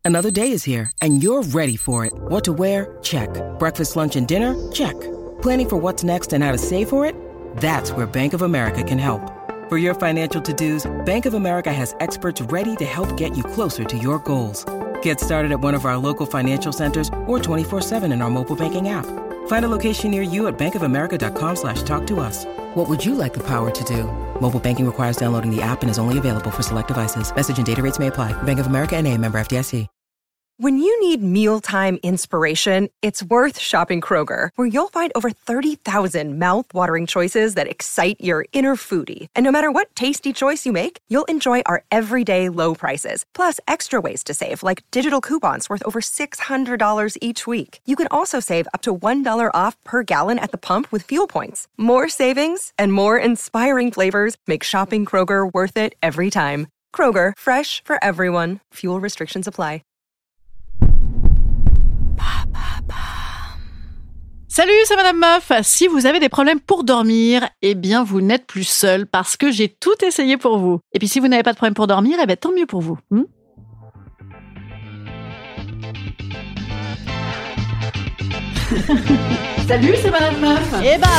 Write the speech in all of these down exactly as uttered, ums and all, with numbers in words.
Another day is here, and you're ready for it. What to wear? Check. Breakfast, lunch, and dinner? Check. Planning for what's next and how to save for it? That's where Bank of America can help. For your financial to-dos, Bank of America has experts ready to help get you closer to your goals. Get started at one of our local financial centers or twenty-four seven in our mobile banking app. Find a location near you at bankofamerica.com slash talk to us. What would you like the power to do? Mobile banking requires downloading the app and is only available for select devices. Message and data rates may apply. Bank of America N A, member F D I C. When you need mealtime inspiration, it's worth shopping Kroger, where you'll find over thirty thousand mouth-watering choices that excite your inner foodie. And no matter what tasty choice you make, you'll enjoy our everyday low prices, plus extra ways to save, like digital coupons worth over six hundred dollars each week. You can also save up to one dollar off per gallon at the pump with fuel points. More savings and more inspiring flavors make shopping Kroger worth it every time. Kroger, fresh for everyone. Fuel restrictions apply. Salut, c'est Madame Meuf. Si vous avez des problèmes pour dormir, eh bien vous n'êtes plus seul parce que j'ai tout essayé pour vous. Et puis si vous n'avez pas de problème pour dormir, eh bien tant mieux pour vous. Hmm Salut, c'est Madame Meuf. Et bam.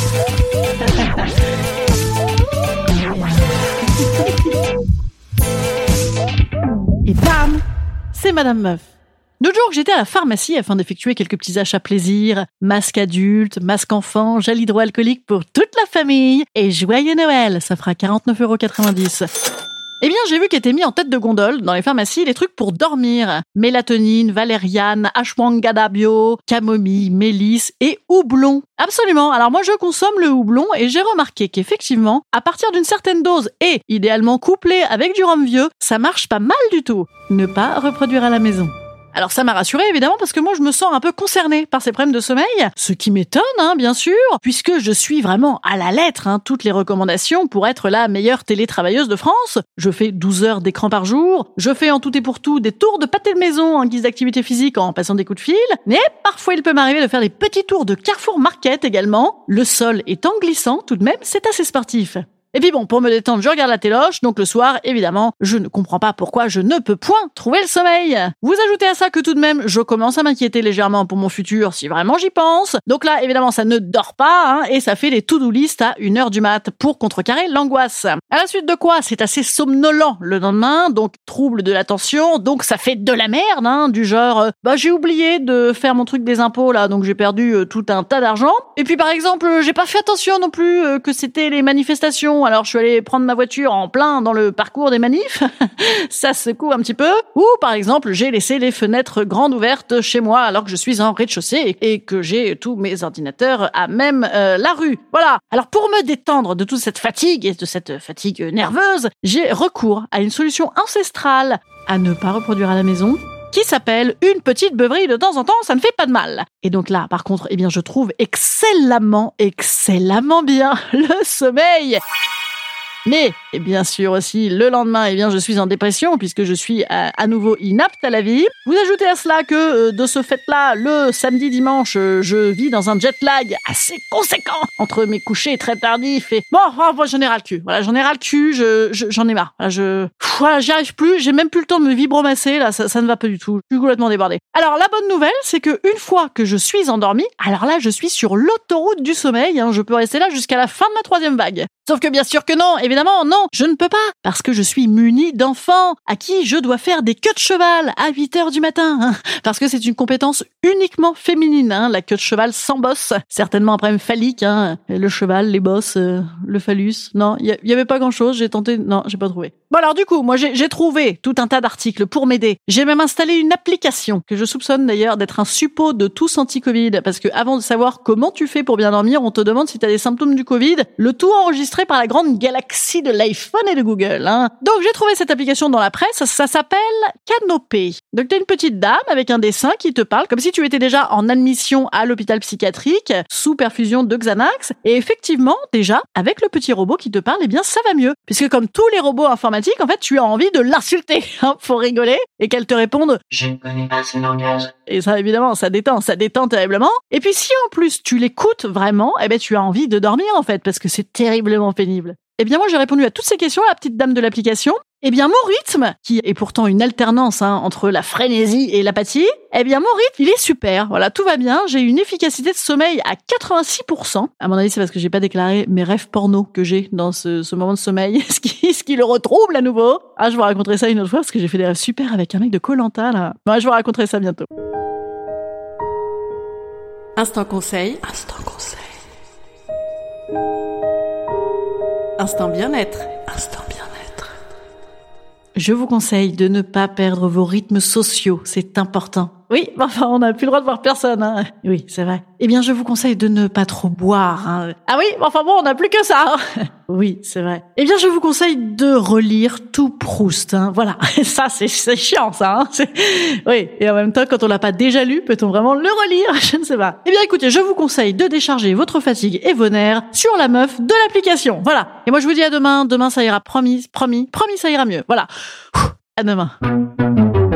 Et bam, c'est Madame Meuf. L'autre jour, j'étais à la pharmacie afin d'effectuer quelques petits achats plaisir. Masque adulte, masque enfant, gel hydroalcoolique pour toute la famille. Et joyeux Noël, ça fera quarante-neuf euros quatre-vingt-dix. Eh bien, j'ai vu qu'étaient mis en tête de gondole dans les pharmacies les trucs pour dormir. Mélatonine, valériane, ashwagandha bio, camomille, mélisse et houblon. Absolument. Alors moi, je consomme le houblon et j'ai remarqué qu'effectivement, à partir d'une certaine dose et idéalement couplé avec du rhum vieux, ça marche pas mal du tout. Ne pas reproduire à la maison. Alors ça m'a rassurée évidemment parce que moi je me sens un peu concernée par ces problèmes de sommeil, ce qui m'étonne hein, bien sûr, puisque je suis vraiment à la lettre hein, toutes les recommandations pour être la meilleure télétravailleuse de France. Je fais douze heures d'écran par jour, je fais en tout et pour tout des tours de pâté de maison en guise d'activité physique en passant des coups de fil, mais parfois il peut m'arriver de faire des petits tours de Carrefour Market également. Le sol étant glissant tout de même, c'est assez sportif. Et puis bon, pour me détendre, je regarde la téloche, donc le soir, évidemment, je ne comprends pas pourquoi je ne peux point trouver le sommeil. Vous ajoutez à ça que tout de même, je commence à m'inquiéter légèrement pour mon futur, si vraiment j'y pense. Donc là, évidemment, ça ne dort pas, hein, et ça fait des to-do list à une heure du mat pour contrecarrer l'angoisse. À la suite de quoi, c'est assez somnolent le lendemain, donc trouble de l'attention, donc ça fait de la merde, hein, du genre, euh, bah j'ai oublié de faire mon truc des impôts là, donc j'ai perdu euh, tout un tas d'argent. Et puis par exemple, euh, j'ai pas fait attention non plus euh, que c'était les manifestations. Alors je suis allée prendre ma voiture en plein dans le parcours des manifs, ça secoue un petit peu. Ou par exemple, j'ai laissé les fenêtres grandes ouvertes chez moi alors que je suis en rez-de-chaussée et que j'ai tous mes ordinateurs à même euh, la rue. Voilà. Alors pour me détendre de toute cette fatigue et de cette fatigue nerveuse, j'ai recours à une solution ancestrale à ne pas reproduire à la maison, qui s'appelle une petite beuverie de temps en temps, ça ne fait pas de mal. Et donc là, par contre, eh bien, je trouve excellemment, excellemment bien le sommeil. Mais, et bien sûr aussi, le lendemain, eh bien, je suis en dépression puisque je suis à, à nouveau inapte à la vie. Vous ajoutez à cela que, euh, de ce fait-là, le samedi dimanche, euh, je vis dans un jet lag assez conséquent entre mes couchers très tardifs et... Bon, enfin, moi, j'en ai ras le cul. Voilà, j'en ai ras le cul, je, je, j'en ai marre. Voilà, je... Pff, voilà, j'y arrive plus, j'ai même plus le temps de me vibromasser, là, ça, ça ne va pas du tout. Je suis complètement débordée. Alors, la bonne nouvelle, c'est que une fois que je suis endormie, alors là, je suis sur l'autoroute du sommeil, hein, je peux rester là jusqu'à la fin de la troisième vague. Sauf que bien sûr que non, évidemment, non, je ne peux pas, parce que je suis munie d'enfants à qui je dois faire des queues de cheval à huit heures du matin, hein, parce que c'est une compétence uniquement féminine, hein, la queue de cheval sans bosse, certainement un problème phallique, hein, le cheval, les bosses, euh, le phallus, non, il y, y avait pas grand-chose, j'ai tenté, non, j'ai pas trouvé. Bon alors du coup, moi j'ai, j'ai trouvé tout un tas d'articles pour m'aider, j'ai même installé une application, que je soupçonne d'ailleurs d'être un suppôt de tous anti-Covid, parce que avant de savoir comment tu fais pour bien dormir, on te demande si t'as des symptômes du Covid, le tout enregistré par la grande galaxie de l'iPhone et de Google, hein. Donc j'ai trouvé cette application dans la presse, ça, ça s'appelle Canopé. Donc t'as une petite dame avec un dessin qui te parle comme si tu étais déjà en admission à l'hôpital psychiatrique, sous perfusion de Xanax, et effectivement, déjà, avec le petit robot qui te parle, eh bien ça va mieux. Puisque comme tous les robots informatiques, en fait, tu as envie de l'insulter, hein, pour rigoler, et qu'elle te réponde « Je ne connais pas ce langage ». Et ça, évidemment, ça détend, ça détend terriblement. Et puis si en plus tu l'écoutes vraiment, eh ben tu as envie de dormir en fait, parce que c'est terriblement pénible. Eh bien moi j'ai répondu à toutes ces questions à la petite dame de l'application, Eh bien, mon rythme, qui est pourtant une alternance hein, entre la frénésie et l'apathie, eh bien, mon rythme, il est super. Voilà, tout va bien. J'ai une efficacité de sommeil à quatre-vingt-six pour cent. À mon avis, c'est parce que j'ai pas déclaré mes rêves porno que j'ai dans ce, ce moment de sommeil, ce qui, ce qui le retrouble à nouveau. Ah, je vous raconterai ça une autre fois parce que j'ai fait des rêves super avec un mec de Koh-Lanta, là. Ouais, je vous raconterai ça bientôt. Instant conseil. Instant conseil. Instant bien-être. Instant bien-être. Je vous conseille de ne pas perdre vos rythmes sociaux, c'est important. Oui, enfin, on n'a plus le droit de voir personne, hein. Oui, c'est vrai. Eh bien, je vous conseille de ne pas trop boire, hein. Ah oui, enfin bon, on n'a plus que ça, hein. Oui, c'est vrai. Eh bien, je vous conseille de relire tout Proust, hein. Voilà. Ça, c'est, c'est chiant, ça, hein. C'est... Oui. Et en même temps, quand on l'a pas déjà lu, peut-on vraiment le relire? Je ne sais pas. Eh bien, écoutez, je vous conseille de décharger votre fatigue et vos nerfs sur la meuf de l'application. Voilà. Et moi, je vous dis à demain. Demain, ça ira. Promis, promis, promis, ça ira mieux. Voilà. À demain.